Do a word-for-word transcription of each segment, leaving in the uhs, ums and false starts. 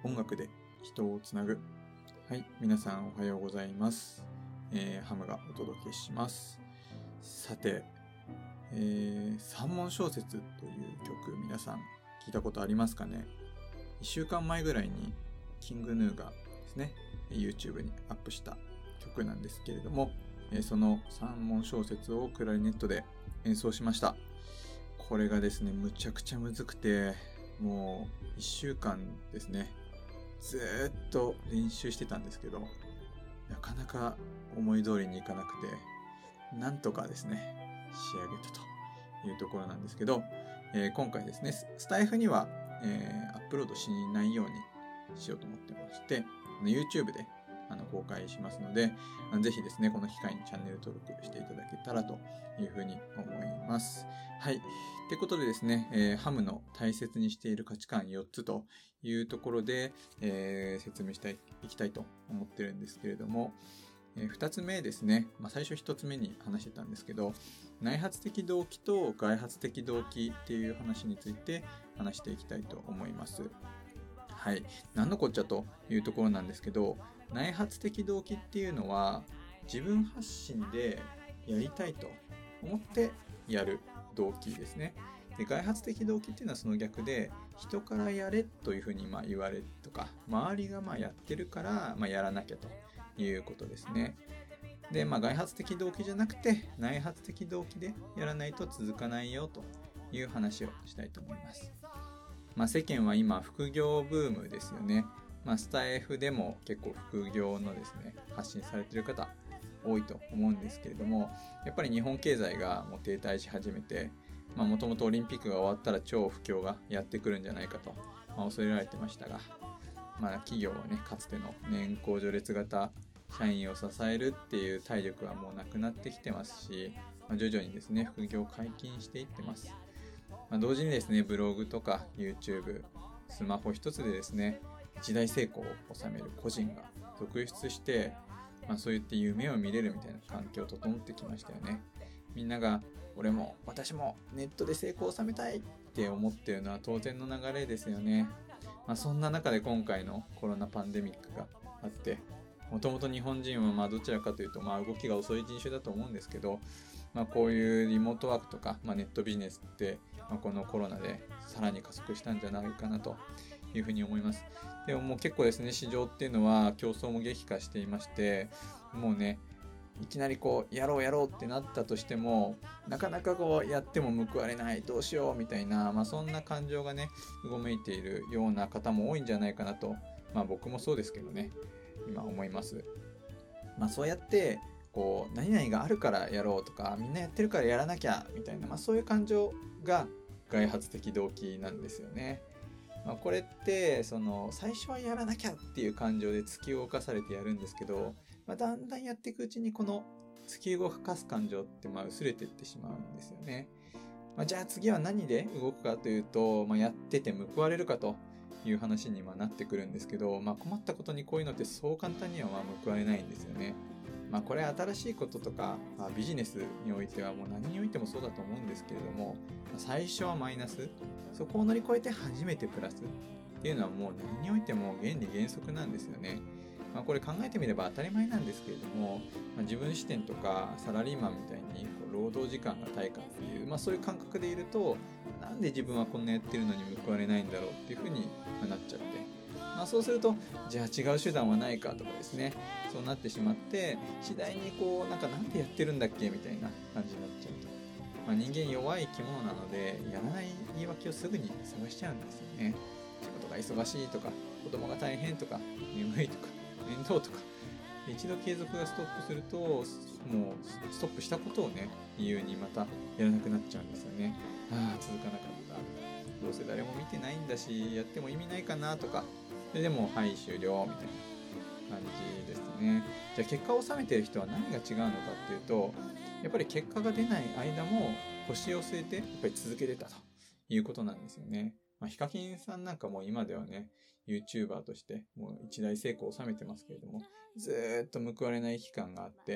音楽で人をつなぐ。はい、皆さんおはようございます。えー、ハムがお届けします。さて、えー、三文小説という曲、皆さん聞いたことありますかね？一週間前ぐらいにキングヌーがですね、YouTube にアップした曲なんですけれども、その三文小説をクラリネットで演奏しました。これがですね、むちゃくちゃむずくて、もう一週間ですね、ずーっと練習してたんですけど、なかなか思い通りにいかなくて、なんとかですね、仕上げたというところなんですけど、えー、今回ですね、スタイフには、えー、アップロードしないようにしようと思ってまして、YouTube であの公開しますので、ぜひですね、この機会にチャンネル登録していただけたらというふうに思います。はい。ってことでですね、えー、ハムの大切にしている価値観よっつというところで、えー、説明していきたいと思ってるんですけれども、えー、ふたつめですね、まあ、最初ひとつめに話してたんですけど、内発的動機と外発的動機っていう話について話していきたいと思います。はい。何のこっちゃというところなんですけど、内発的動機っていうのは自分発信でやりたいと思ってやる動機ですね。で、外発的動機っていうのはその逆で、人からやれというふうにまあ言われとか、周りがまあやってるからまあやらなきゃということですね。で、まあ外発的動機じゃなくて内発的動機でやらないと続かないよという話をしたいと思います。まあ、世間は今副業ブームですよね。まあ、スタイフでも結構副業のですね、発信されている方多いと思うんですけれども、やっぱり日本経済がもう停滞し始めて、まあもともとオリンピックが終わったら超不況がやってくるんじゃないかと、まあ、恐れられてましたが、まあ企業はね、かつての年功序列型社員を支えるっていう体力はもうなくなってきてますし、まあ、徐々にですね、副業を解禁していってます。まあ、同時にですね、ブログとか YouTube、スマホ一つでですね、一大成功を収める個人が続出して、まあそう言って夢を見れるみたいな環境整ってきましたよね。みんなが、俺も私もネットで成功を収めたいって思っているのは当然の流れですよね。まあそんな中で今回のコロナパンデミックがあって、もともと日本人はまあどちらかというとまあ動きが遅い人種だと思うんですけど、まあこういうリモートワークとか、まあ、ネットビジネスって、まあ、このコロナでさらに加速したんじゃないかなというふうに思います。でももう結構ですね、市場っていうのは競争も激化していまして、もうね、いきなりこう、やろうやろうってなったとしても、なかなかこう、やっても報われない、どうしようみたいな、まあそんな感情がね、うごめいているような方も多いんじゃないかなと、まあ僕もそうですけどね、今思います。まあそうやって、こう、何々があるからやろうとか、みんなやってるからやらなきゃ、みたいな、まあそういう感情が外発的動機なんですよね。まあこれって、その、最初はやらなきゃっていう感情で突き動かされてやるんですけど、まあだんだんやっていくうちにこの突き動かす感情ってまあ薄れていってしまうんですよね。まあじゃあ次は何で動くかというと、まあやってて報われるかという話にはなってくるんですけど、まあ困ったことにこういうのってそう簡単にはまあ報われないんですよね。まあこれ新しいこととか、まあ、ビジネスにおいてはもう何においてもそうだと思うんですけれども、最初はマイナス、そこを乗り越えて初めてプラスっていうのはもう何においても原理原則なんですよね。まあこれ考えてみれば当たり前なんですけれども、まあ、自分視点とかサラリーマンみたいにこう労働時間が対価っていう、まあそういう感覚でいると、なんで自分はこんなやってるのに報われないんだろうっていうふうになっちゃって、まあそうすると、じゃあ違う手段はないかとかですね、そうなってしまって、次第にこう、なんかなんでやってるんだっけみたいな感じになっちゃうと。まあ人間弱い生き物なので、やらない言い訳をすぐに探しちゃうんですよね。仕事が忙しいとか、子供が大変とか、眠いとか、面倒とか。一度継続がストップすると、もうストップしたことをね、理由にまたやらなくなっちゃうんですよね。ああ、続かなかった。どうせ誰も見てないんだし、やっても意味ないかなとか。それでも、はい、終了、みたいな感じですね。じゃあ結果を収めている人は何が違うのかっていうと、やっぱり結果が出ない間も腰を据えて、やっぱり続けてたということなんですよね。まあ、ヒカキンさんなんかも今ではね、YouTuber としてもう一大成功を収めてますけれども、ずーっと報われない期間があって、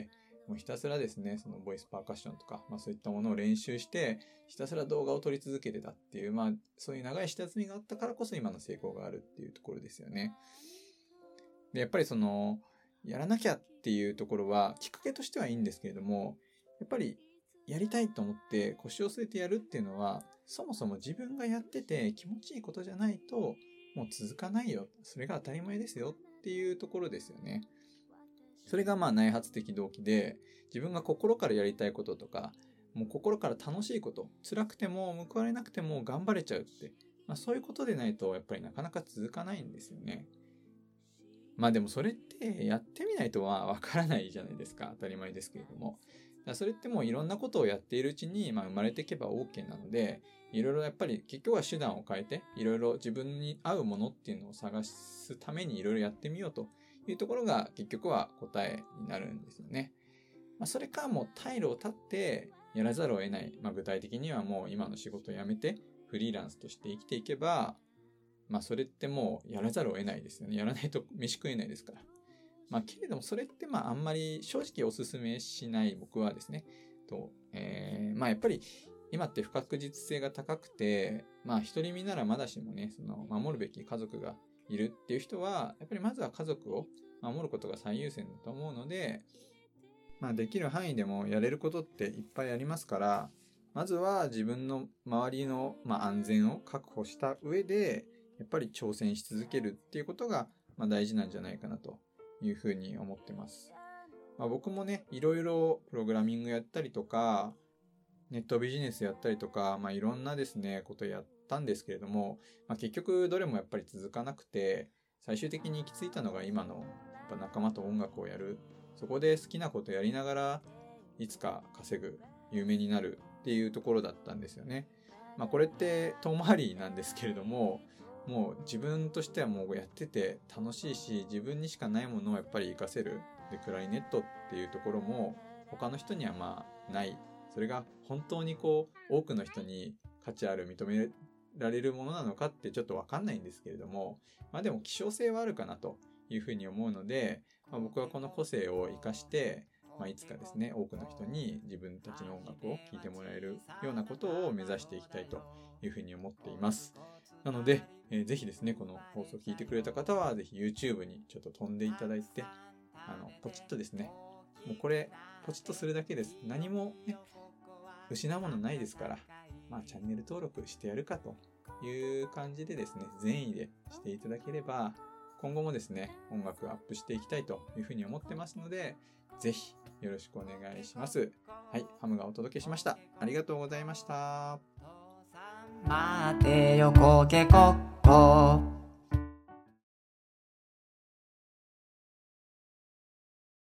もうひたすらですね、そのボイスパーカッションとか、まあそういったものを練習して、ひたすら動画を撮り続けてたっていう、まあそういう長い下積みがあったからこそ今の成功があるっていうところですよね。で、やっぱりその、やらなきゃっていうところは、きっかけとしてはいいんですけれども、やっぱりやりたいと思って腰を据えてやるっていうのは、そもそも自分がやってて気持ちいいことじゃないと、もう続かないよ。それが当たり前ですよっていうところですよね。それがまあ内発的動機で、自分が心からやりたいこととか、もう心から楽しいこと、辛くても報われなくても頑張れちゃうって、まあそういうことでないとやっぱりなかなか続かないんですよね。まあでもそれってやってみないとはわからないじゃないですか。当たり前ですけれども。だからそれってもういろんなことをやっているうちに、まあ、生まれていけば OK なので、いろいろやっぱり結局は手段を変えて、いろいろ自分に合うものっていうのを探すためにいろいろやってみようというところが結局は答えになるんですよね。まあ、それかもう退路を断ってやらざるを得ない。まあ、具体的にはもう今の仕事を辞めてフリーランスとして生きていけば、まあそれってもうやらざるを得ないですよね。やらないと飯食えないですから。まあけれどもそれってまああんまり正直お勧めしない僕はですね。と、えー、まあやっぱり今って不確実性が高くて、まあ独り身ならまだしもね、その守るべき家族がいるっていう人は、やっぱりまずは家族を守ることが最優先だと思うので、まあできる範囲でもやれることっていっぱいありますから、まずは自分の周りのまあ安全を確保した上で、やっぱり挑戦し続けるっていうことがまあ大事なんじゃないかなというふうに思ってます。まあ、僕もね、いろいろプログラミングやったりとか、ネットビジネスやったりとか、まあいろんなですね、ことやったんですけれども、まあ結局どれもやっぱり続かなくて、最終的に行き着いたのが今のやっぱ仲間と音楽をやる。そこで好きなことやりながら、いつか稼ぐ、有名になるっていうところだったんですよね。まあこれって遠回りなんですけれども、もう自分としてはもうやってて楽しいし、自分にしかないものをやっぱり活かせる。で、クラリネットっていうところも他の人にはまあない。それが本当にこう多くの人に価値ある、認められるものなのかってちょっとわかんないんですけれども、まあでも希少性はあるかなというふうに思うので、まあ、僕はこの個性を活かして、まあ、いつかですね、多くの人に自分たちの音楽を聴いてもらえるようなことを目指していきたいというふうに思っています。なので、えー、ぜひですね、この放送を聞いてくれた方は、ぜひ YouTube にちょっと飛んでいただいて、あの、ポチッとですね、もうこれ、ポチッとするだけです。何もね、失うものないですから、まあ、チャンネル登録してやるかという感じでですね、善意でしていただければ、今後もですね、音楽をアップしていきたいというふうに思ってますので、ぜひよろしくお願いします。はい、ハムがお届けしました。ありがとうございました。 待てよコケコッコ